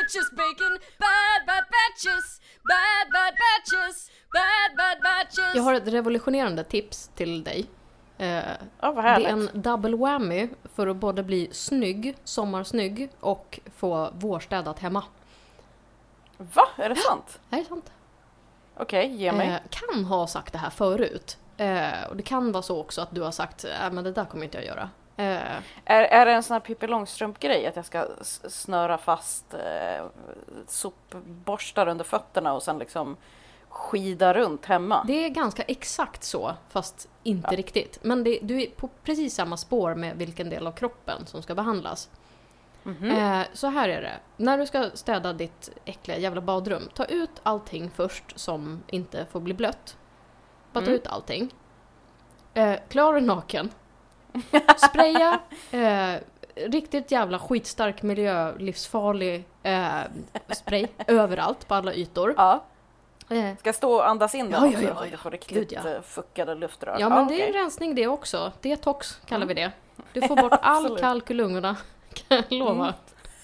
sandwiches, bacon, bad batches, bad batches, bad batches. Jag har ett revolutionerande tips till dig. Vad det är en double whammy för att både bli snygg, sommarsnygg och få vårstädat hemma. Va? Är det sant? Det är sant. Okej, ge mig. Kan ha sagt det här förut. Och det kan vara så också att du har sagt men det där kommer inte jag göra. Är det en sån här Pippi Långstrump-grej att jag ska snöra fast sopborstar under fötterna och sen liksom skida runt hemma? Det är ganska exakt så, fast inte riktigt. Men du är på precis samma spår med vilken del av kroppen som ska behandlas. Så här är det. När du ska städa ditt äckliga jävla badrum, ta ut allting först som inte får bli blött. Bara ta ut allting. Klar och naken. Spraya riktigt jävla skitstark miljö, livsfarlig spray överallt på alla ytor. Ja. Ska jag stå och andas in den? Ja. Du får riktigt fuckade luftrör. Ja, men det är en rensning det också. Detox kallar vi det. Du får bort all kalk ur lungorna, kan jag lova.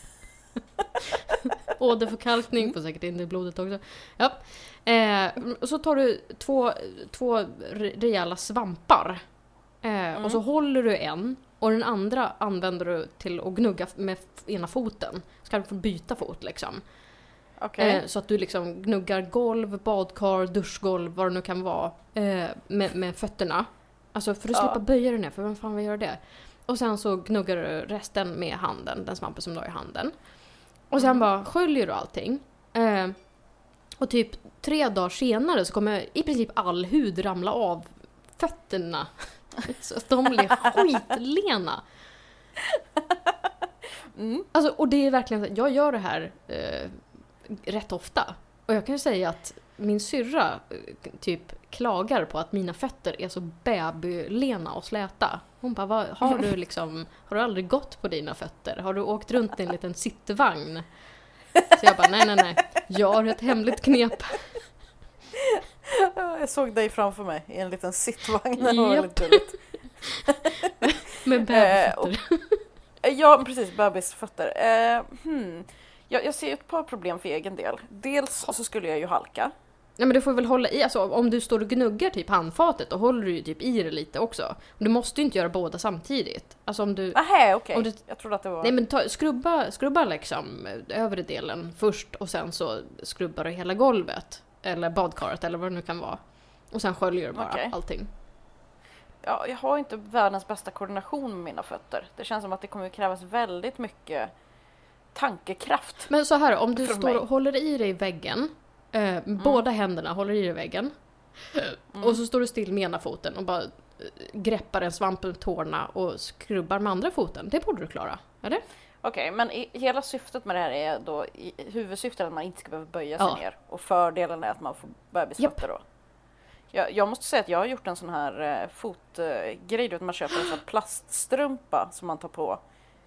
Åderförkalkning får säkert in i blodet också. Ja. Så tar du två rejäla svampar. Och så håller du en och den andra använder du till att gnugga med ena foten. Ska du få byta fot liksom. Så att du liksom gnuggar golv, badkar, duschgolv, vad det nu kan vara med fötterna. Alltså för att slippa böja dig ner, för vem fan vill göra det? Och sen så gnuggar du resten med handen, den svampen som du har i handen. Och sen bara sköljer du allting. Och typ 3 dagar senare så kommer i princip all hud ramla av fötterna. Så att de blir skitlena. Alltså, och det är verkligen, jag gör det här rätt ofta. Och jag kan ju säga att min syrra typ klagar på att mina fötter är så babylena och släta. Hon bara, har du aldrig gått på dina fötter? Har du åkt runt i en liten sittvagn? Så jag bara, nej. Jag har ett hemligt knep. Jag såg dig framför mig i en liten sittvagn. Det var väldigt gulligt. Med bebisfötter. Ja, precis, bebisfötter. Jag ser ett par problem för egen del. Dels så skulle jag ju halka. Ja, men du får väl hålla i, alltså om du står och gnuggar typ handfatet, då håller du ju typ i det lite också. Du måste ju inte göra båda samtidigt. Alltså om du... Okej. Jag trodde att det var... Nej, men skrubba liksom övre delen först och sen så skrubbar du hela golvet. Eller badkaret eller vad det nu kan vara. Och sen sköljer du bara allting. Ja, jag har inte världens bästa koordination med mina fötter. Det känns som att det kommer krävas väldigt mycket tankekraft. Men så här, om du står och håller i dig i väggen, båda händerna håller i dig i väggen, och så står du still med ena foten och bara greppar en svamp med tårna och skrubbar med andra foten. Det borde du klara, eller? Okej, men hela syftet med det här är då, huvudsyftet att man inte ska behöva böja sig ner. Och fördelen är att man får bebisfötter då. Jag måste säga att jag har gjort en sån här fotgrej, att man köper en sån plaststrumpa som man tar på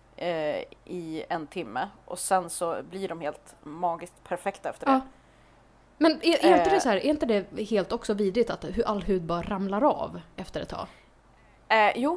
i 1 timme. Och sen så blir de helt magiskt perfekta efter det. Men är inte det så här, är inte det helt också vidrigt att all hud bara ramlar av efter ett tag? Jo,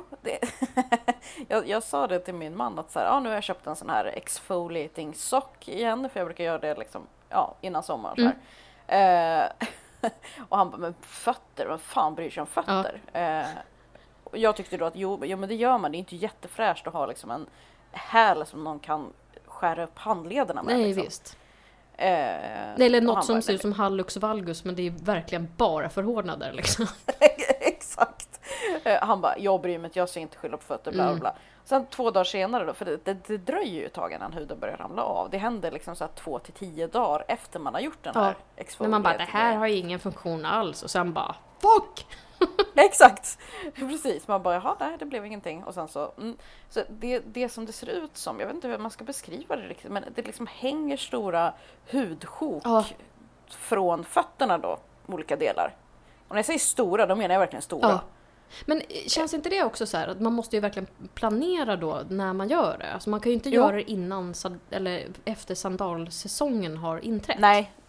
jag sa det till min man att så här, nu har jag köpt en sån här exfoliating sock igen, för jag brukar göra det liksom, innan sommaren. Så här. Och han bara, men fötter, vad fan bryr sig om fötter? Och jag tyckte då att jo, men det gör man, det är inte jättefräscht att ha liksom en häl som någon kan skära upp handlederna med. Nej, liksom. Visst. Eller något som ser ut som hallux valgus, men det är verkligen bara förhårdnader liksom. Exakt. Han bara, jag bryr mig inte, jag ser inte skillnad på fötter, bla bla. Sen 2 dagar senare då, för det dröjer ju ett tag innan huden börjar ramla av. Det händer liksom så här 2 till 10 dagar efter man har gjort den här exfoliating. När man bara, det här har ju ingen funktion alls, och sen bara, fuck! Exakt, precis. Man bara, jaha, nej, det blev ingenting. Och sen så, så det som det ser ut som, jag vet inte hur man ska beskriva det riktigt, men det liksom hänger stora hudsjok från fötterna då, olika delar. Och när jag säger stora, då menar jag verkligen stora. Men känns inte det också så här att man måste ju verkligen planera då när man gör det? Alltså man kan ju inte göra det innan eller efter sandalsäsongen har inträtt.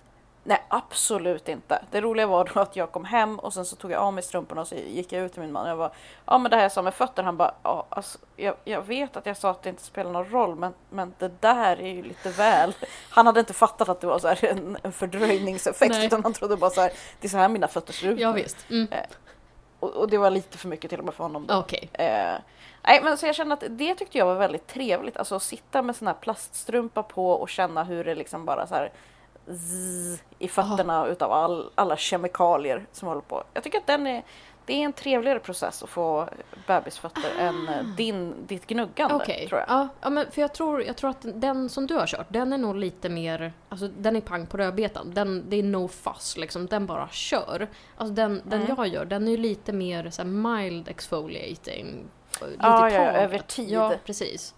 Nej, absolut inte. Det roliga var då att jag kom hem och sen så tog jag av mig strumporna och så gick jag ut till min man. Jag var, ja men det här jag sa med fötter, han bara, ja alltså, jag vet att jag sa att det inte spelar någon roll, men det där är ju lite väl. Han hade inte fattat att det var så här en fördröjningseffekt. Nej. Utan han trodde bara så här, det är så här mina fötter ser ut. Ja visst. Mm. Och det var lite för mycket till och med för honom. Okej. Nej, men så jag kände att det tyckte jag var väldigt trevligt. Alltså att sitta med sån här plaststrumpa på och känna hur det liksom bara så här i fötterna utav alla kemikalier som håller på. Jag tycker att det är en trevligare process att få bebisfötter än ditt gnuggande, tror jag. Ja, men för jag tror att den som du har kört, den är nog lite mer, alltså den är pang på rödbetan. Det är no fuss liksom, den bara kör. Alltså den jag gör, den är ju lite mer så här mild exfoliating. Lite över tid. Ja, precis.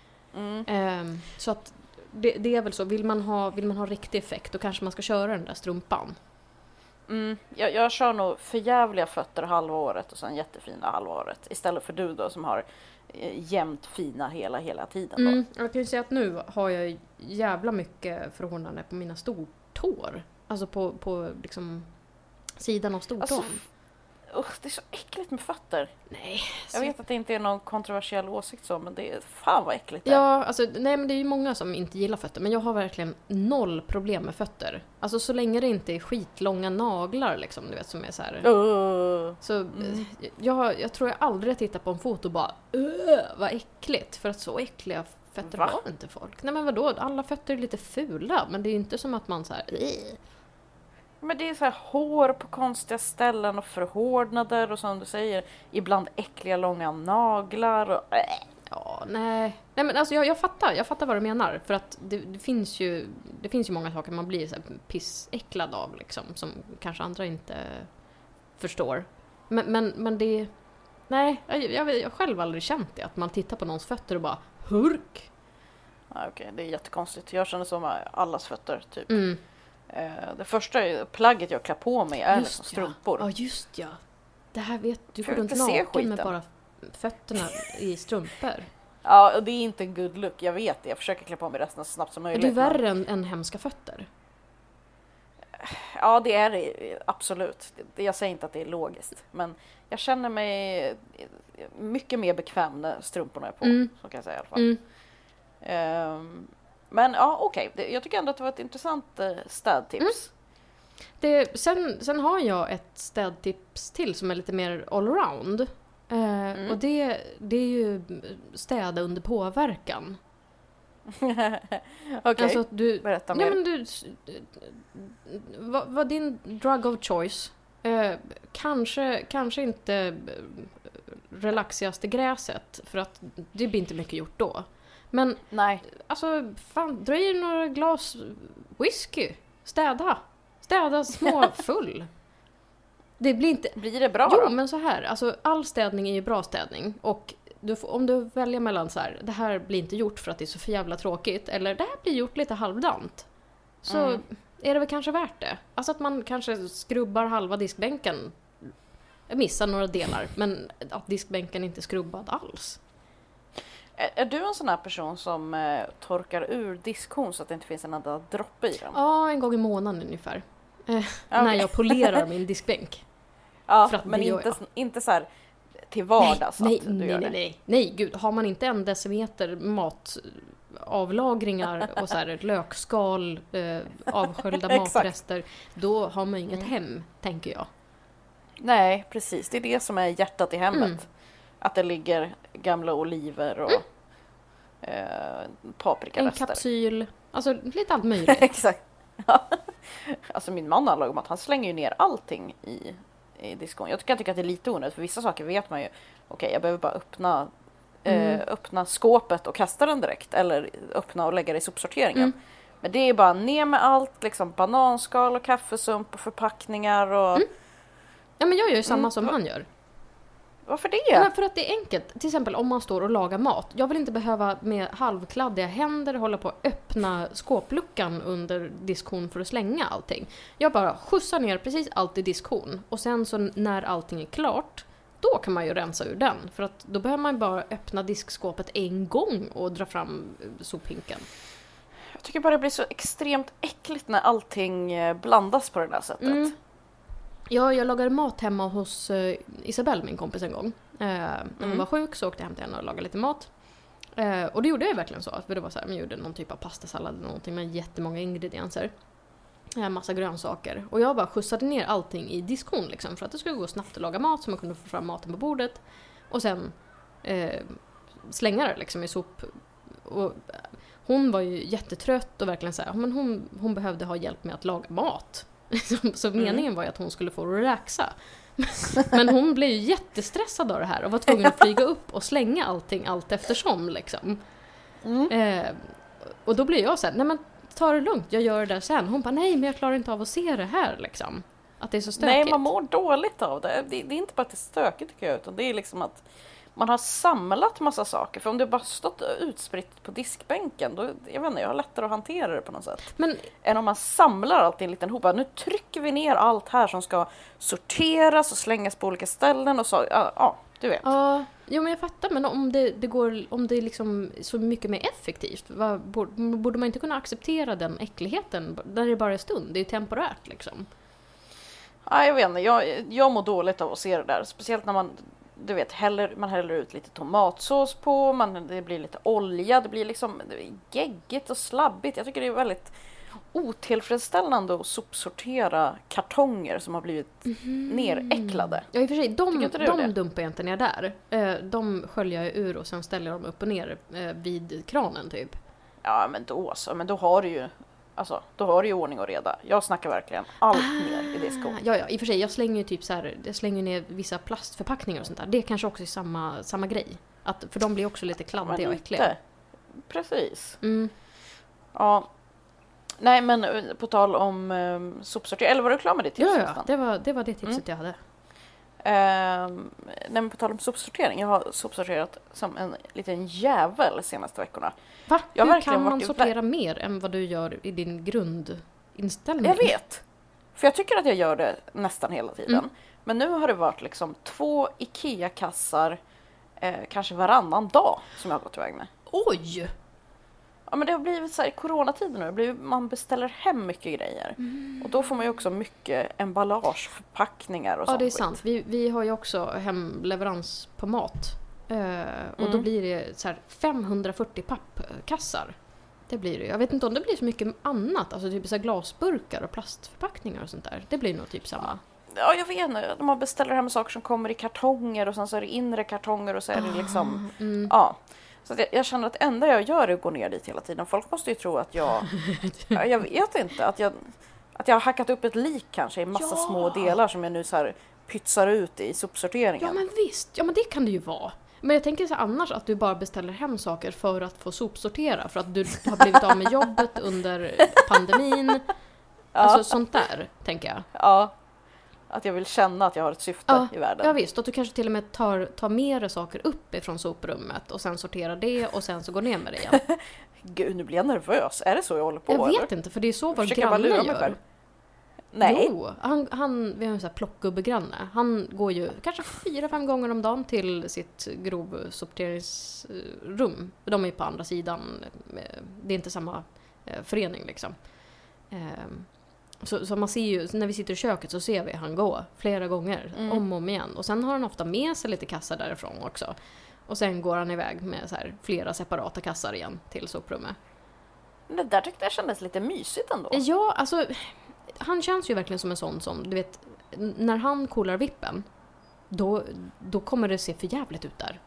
Så att det är väl så, vill man ha riktig effekt, då kanske man ska köra den där strumpan. Jag kör nog förjävliga fötter halva året och sen jättefina halva året. Istället för du då som har jämnt fina hela tiden. Då. Jag kan ju säga att nu har jag jävla mycket förhållande på mina stortår. Alltså på liksom sidan av stortån. Alltså, det är så äckligt med fötter. Nej. Jag vet att det inte är någon kontroversiell åsikt så, men det är fan vad äckligt det. Ja, alltså nej, men det är ju många som inte gillar fötter, men jag har verkligen noll problem med fötter. Alltså så länge det inte är skitlånga naglar liksom, du vet, som är så här. Så jag tror jag aldrig tittar på en foto och bara vad äckligt, för att så äckliga fötter har inte folk. Nej men vadå, alla fötter är lite fula, men det är ju inte som att man så här. Men det är så här hår på konstiga ställen och förhårdnader och som du säger, ibland äckliga långa naglar och Ja, nej men alltså jag fattar vad du menar, för att det finns ju många saker man blir så här pissäcklad av liksom, som kanske andra inte förstår. Men det nej, jag har själv aldrig känt det, att man tittar på någons fötter och bara hurk. Ja, okej, det är jättekonstigt. Jag känner så med allas fötter typ. Det första plagget jag klär på mig är liksom strumpor. Ja, just ja. Det här vet du, går runt inte se naken skiten. med bara fötterna i strumpor. Ja, och det är inte en good look, jag vet det. Jag försöker klä på mig resten så snabbt som möjligt. Är det värre än hemska fötter? Ja, det är det absolut. Jag säger inte att det är logiskt, men jag känner mig mycket mer bekväm när strumporna är på, så kan jag säga i alla fall. Men ja, okej. Jag tycker ändå att det var ett intressant städtips. Sen har jag ett städtips till som är lite mer allround. Och det är ju städa under påverkan. Okej, Alltså att berätta mer. Men vad din drug of choice, kanske inte relaxigaste gräset, för att det blir inte mycket gjort då. Men nej, alltså fan, dra i några glas whisky. Städa små full. Det blir inte. Blir det bra Jo, då? men så här, alltså all städning är ju bra städning, och om du väljer mellan så här, det här blir inte gjort för att det är så för jävla tråkigt, eller det här blir gjort lite halvdant, så är det väl kanske värt det. Alltså att man kanske skrubbar halva diskbänken. Jag missar några delar, men att diskbänken inte är skrubbad alls. Är du en sån här person som torkar ur diskhon så att det inte finns en enda droppe i den? Ja, en gång i månaden ungefär. När jag polerar min diskbänk. Ja, för att men inte så här till vardags. Nej, gud. Har man inte en decimeter matavlagringar och så här lökskal, avsköljda matrester, då har man inget hem, tänker jag. Nej, precis. Det är det som är hjärtat i hemmet. Att det ligger gamla oliver och paprikarester. En kapsyl, alltså lite allt möjligt. Exakt. Alltså min man har lagat mat, han slänger ju ner allting i diskon. Jag tycker att det är lite onödigt, för vissa saker vet man ju. Okej, jag behöver bara öppna skåpet och kasta den direkt, eller öppna och lägga det i sopsorteringen. Men det är bara ner med allt, liksom bananskal och kaffesump och förpackningar och... Ja, men jag gör ju samma som han gör. Varför det? Ja, men för att det är enkelt. Till exempel om man står och lagar mat. Jag vill inte behöva med halvkladdiga händer hålla på att öppna skåpluckan under diskhon för att slänga allting. Jag bara skjutsar ner precis allt i diskhon. Och sen så när allting är klart, då kan man ju rensa ur den. För att då behöver man bara öppna diskskåpet en gång och dra fram sophinken. Jag tycker bara det blir så extremt äckligt när allting blandas på det där sättet. Ja, jag lagade mat hemma hos Isabelle, min kompis, en gång. När hon var sjuk så åkte jag hem till henne och lagade lite mat. Och det gjorde jag verkligen så. För det var så här, man gjorde någon typ av pastasallad eller någonting med jättemånga ingredienser. Massa grönsaker. Och jag bara skjutsade ner allting i diskon liksom, för att det skulle gå snabbt att laga mat så man kunde få fram maten på bordet. Och sen slänga det liksom i sop. Och hon var ju jättetrött och verkligen så här, men hon behövde ha hjälp med att laga mat. Så meningen var ju att hon skulle få relaxa. Men hon blev ju jättestressad av det här och var tvungen att flyga upp och slänga allting allt eftersom liksom. Och då blev jag så här, nej men ta det lugnt, jag gör det där sen. Hon bara, nej men jag klarar inte av att se det här liksom. Att det är så stökigt. Nej, man mår dåligt av det. Det är inte bara att det är stökigt tycker jag, utan det är liksom att man har samlat massa saker. För om det bara stått utspritt på diskbänken, då, jag vet inte, jag har lättare att hantera det på något sätt. Än om man samlar allt i en liten hopa. Nu trycker vi ner allt här som ska sorteras och slängas på olika ställen och så, ja, du vet. Ja, jo, men jag fattar, men om det är liksom så mycket mer effektivt, borde man inte kunna acceptera den äckligheten där det bara är stund? Det är temporärt liksom. Ja, jag vet inte, jag mår dåligt av att se det där. Speciellt när man, du vet, man häller ut lite tomatsås på, det blir lite olja, det blir liksom geggigt och slabbigt. Jag tycker det är väldigt otillfredsställande att sopsortera kartonger som har blivit neräcklade. Ja, i och för sig, de dumpar jag inte ner där. De sköljer jag ur och sen ställer jag dem upp och ner vid kranen typ. Ja, men då har du ju då har du ju ordning och reda. Jag snackar verkligen allt ner i diskon. Ja, i och för sig, jag slänger ju typ så här, jag slänger ner vissa plastförpackningar och sånt där. Det är kanske också är samma grej. För de blir också lite kladdiga och äckliga. Precis. Ja. Nej, men på tal om sopsortering, eller var du klar med det tipset? Ja, det var det tipset jag hade. Nej, men på tal om sopsortering, jag har sopsorterat som en liten jävel de senaste veckorna. Va? Hur kan man sortera mer än vad du gör i din grundinställning? Jag vet. För jag tycker att jag gör det nästan hela tiden. Men nu har det varit liksom 2 IKEA-kassar kanske varannan dag som jag har gått iväg med. Oj! Ja, men det har blivit så här i coronatiden nu. Man beställer hem mycket grejer. Och då får man ju också mycket emballage, förpackningar och sånt. Ja, det är sant. Vi har ju också hemleverans på mat. Och då blir det så här 540 pappkassar. Det blir det. Jag vet inte om det blir så mycket annat. Alltså typ så här glasburkar och plastförpackningar och sånt där. Det blir nog typ samma. Ja, jag vet inte. Man beställer hem saker som kommer i kartonger och sen så är det inre kartonger och så är det liksom... Ja. Så att jag känner att det enda jag gör är att gå ner dit hela tiden. Folk måste ju tro att jag vet inte, att jag har hackat upp ett lik kanske i massa små delar som jag nu så här pytsar ut i sopsorteringen. Ja, men visst. Ja, men det kan det ju vara. Men jag tänker så här, annars att du bara beställer hem saker för att få sopsortera. För att du har blivit av med jobbet under pandemin. Alltså sånt där, tänker jag. Ja. Att jag vill känna att jag har ett syfte i världen. Ja visst, att du kanske till och med tar med saker upp ifrån soprummet och sen sorterar det och sen så går ner med det igen. Gud, nu blir jag nervös. Är det så jag håller på? Jag vet inte, för det är så vår granne gör. Nej. Jo, vi har en sån här plockgubbegranne. Han går ju kanske 4-5 gånger om dagen till sitt grovsorteringsrum. De är ju på andra sidan. Det är inte samma förening liksom. Så man ser ju, när vi sitter i köket så ser vi han gå flera gånger, om och om igen. Och sen har han ofta med sig lite kassar därifrån också. Och sen går han iväg med så här flera separata kassar igen till soprummet. Det där tyckte jag kändes lite mysigt ändå. Ja, alltså han känns ju verkligen som en sån som, du vet, när han kolar vippen, då kommer det se för jävligt ut där.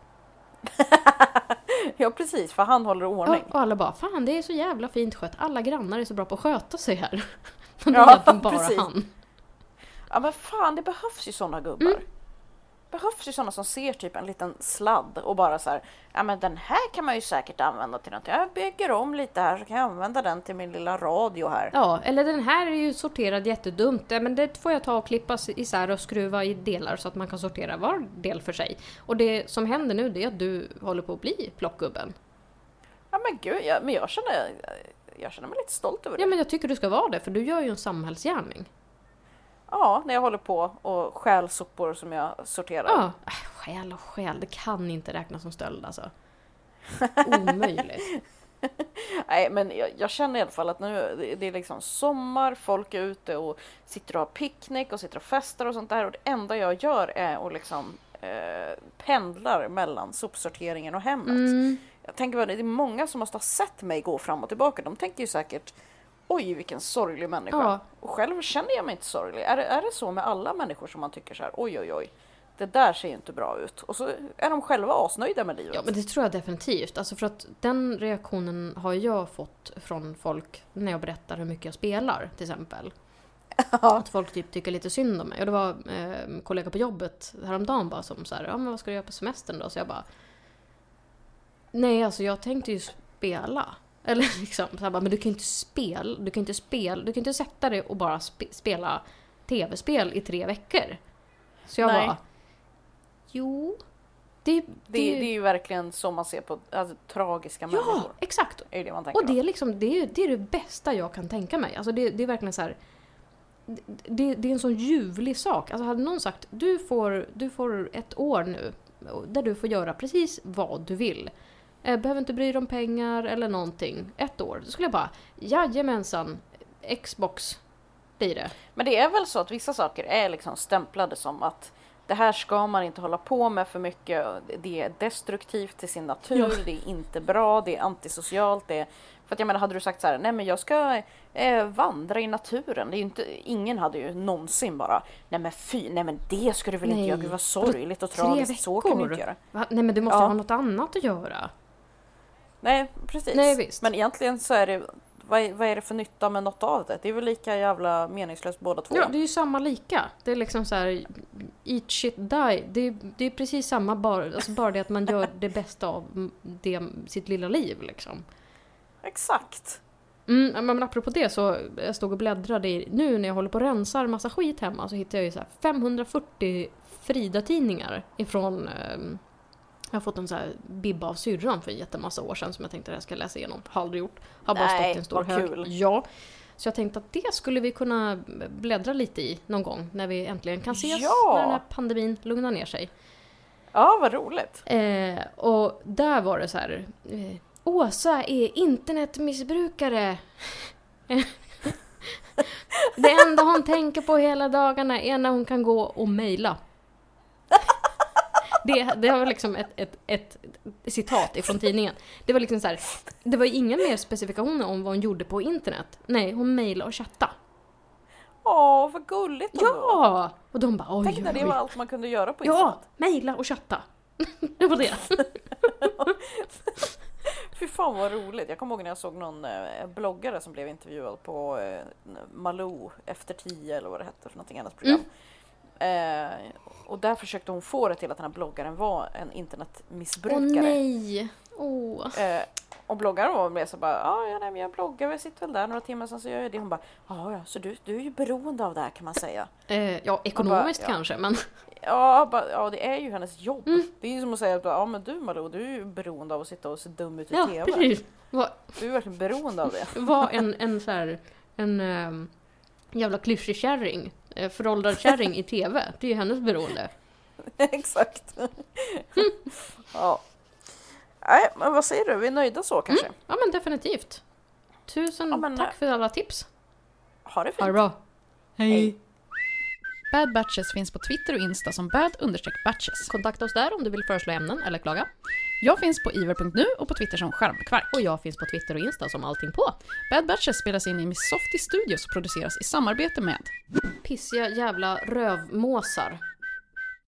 Ja, precis, för han håller ordning. Ja, och alla bara, fan det är så jävla fint skött. Alla grannar är så bra på att sköta sig här. Det är egentligen bara precis. Han. Ja, men fan, det behövs ju såna gubbar. Behövs ju såna som ser typ en liten sladd och bara så här, ja men den här kan man ju säkert använda till något. Jag bygger om lite här så kan jag använda den till min lilla radio här. Ja, eller den här är ju sorterad jättedumt. Men det får jag ta och klippa isär och skruva i delar så att man kan sortera var del för sig. Och det som händer nu, det är att du håller på att bli plockgubben. Ja men gud, jag känner mig lite stolt över det. Ja, men jag tycker du ska vara det, för du gör ju en samhällsgärning. Ja, när jag håller på och stjäl sopor som jag sorterar. Ja, stjäl. Det kan inte räknas som stöld alltså. Omöjligt. Nej, men jag känner i alla fall att nu det är liksom sommar, folk är ute och sitter och har picknick och sitter och festar och sånt där. Och det enda jag gör är att liksom pendlar mellan sopsorteringen och hemmet. Jag tänker att det är många som måste ha sett mig gå fram och tillbaka. De tänker ju säkert, oj vilken sorglig människa. Ja. Och själv känner jag mig inte sorglig. Är det så med alla människor som man tycker så här, oj. Det där ser ju inte bra ut. Och så är de själva asnöjda med livet. Ja, men det tror jag definitivt. Alltså för att den reaktionen har jag fått från folk när jag berättar hur mycket jag spelar, till exempel. Att folk typ tycker lite synd om mig. Och det var en kollega på jobbet häromdagen bara som så här, ja men vad ska du göra på semestern då? Så jag bara, nej alltså jag tänkte ju spela. Eller liksom, så här bara, men du kan inte sätta dig och bara spela tv-spel i 3 veckor. Så jag bara, jo. Det är ju verkligen så man ser på tragiska människor. Ja, exakt. Är det man tänker och det är liksom det är det bästa jag kan tänka mig. Alltså det är verkligen så här. Det är en sån ljuvlig sak. Alltså hade någon sagt, du får 1 år nu där du får göra precis vad du vill. Behöver inte bry dig om pengar eller någonting. 1 år. Då skulle jag bara, jajamensan, Xbox blir det. Men det är väl så att vissa saker är liksom stämplade som att det här ska man inte hålla på med för mycket. Det är destruktivt till sin natur. Det är inte bra. Det är antisocialt. För att jag menar, hade du sagt så här, nej men jag ska vandra i naturen. Det är ju inte, ingen hade ju någonsin bara, nej men det ska du väl inte göra. Gud vad sorgligt och tragiskt. Så kan du inte göra. Va? Nej men du måste ha något annat att göra. Nej, precis. Nej, visst. Men egentligen så är det, vad är det för nytta med något av det? Det är väl lika jävla meningslöst båda två. Ja, det är ju samma lika. Det är liksom så här, eat shit die. Det är precis samma, bara det att man gör det bästa av sitt lilla liv liksom. Exakt. Men apropå det så jag stod och bläddrade nu när jag håller på och rensar massa skit hemma, så hittar jag ju så här 540 Frida-tidningar ifrån jag har fått en så här bibba av syrran för en jättemassa år sedan som jag tänkte att jag ska läsa igenom. Har aldrig gjort. Har bara stått i en stor hög. Kul. Ja. Så jag tänkte att det skulle vi kunna bläddra lite i någon gång när vi äntligen kan ses när den här pandemin lugnar ner sig. Ja, vad roligt. Och där var det så här, Åsa är internetmissbrukare. Det enda hon tänker på hela dagarna är när hon kan gå och mejla. Det var liksom ett citat ifrån tidningen. Det var liksom så här, det var ingen mer specifikation om vad hon gjorde på internet. Nej, hon mejlade och chattade. Åh, vad gulligt. Ja! Och de bara, oj. Tänk när det var allt man kunde göra på internet. Ja, mejla och chatta. Det var det. Fy fan vad roligt. Jag kommer ihåg när jag såg någon bloggare som blev intervjuad på Malou efter 10 eller vad det hette för någonting annat program. Och där försökte hon få det till att den här bloggaren var en internetmissbrukare. Åh nej! Och bloggaren var med så bara, men jag bloggar, jag sitter väl där några timmar sen så gör jag det. Hon bara, så du är ju beroende av det här kan man säga. Ja, ekonomiskt bara, kanske, men... Ja, det är ju hennes jobb. Det är ju som att säga att men du Malou, du är ju beroende av att sitta och se dum ut i tv. Precis. Du är verkligen beroende av det. Var en så här, jävla klyschig kärring, föråldrad kärring i tv. Det är ju hennes beroende. Exakt. Ja. Nej, men vad säger du? Vi är nöjda så kanske? Ja, men definitivt. Tusen tack för alla tips. Ha det fint. Ha det bra. Hej. Bad Batches finns på Twitter och Insta som bad_batches. Kontakta oss där om du vill föreslå ämnen eller klaga. Jag finns på iver.nu och på Twitter som Skärmkvark. Och jag finns på Twitter och Insta som allting på. Bad Batches spelas in i Miss Softy Studios och produceras i samarbete med pissiga jävla rövmåsar.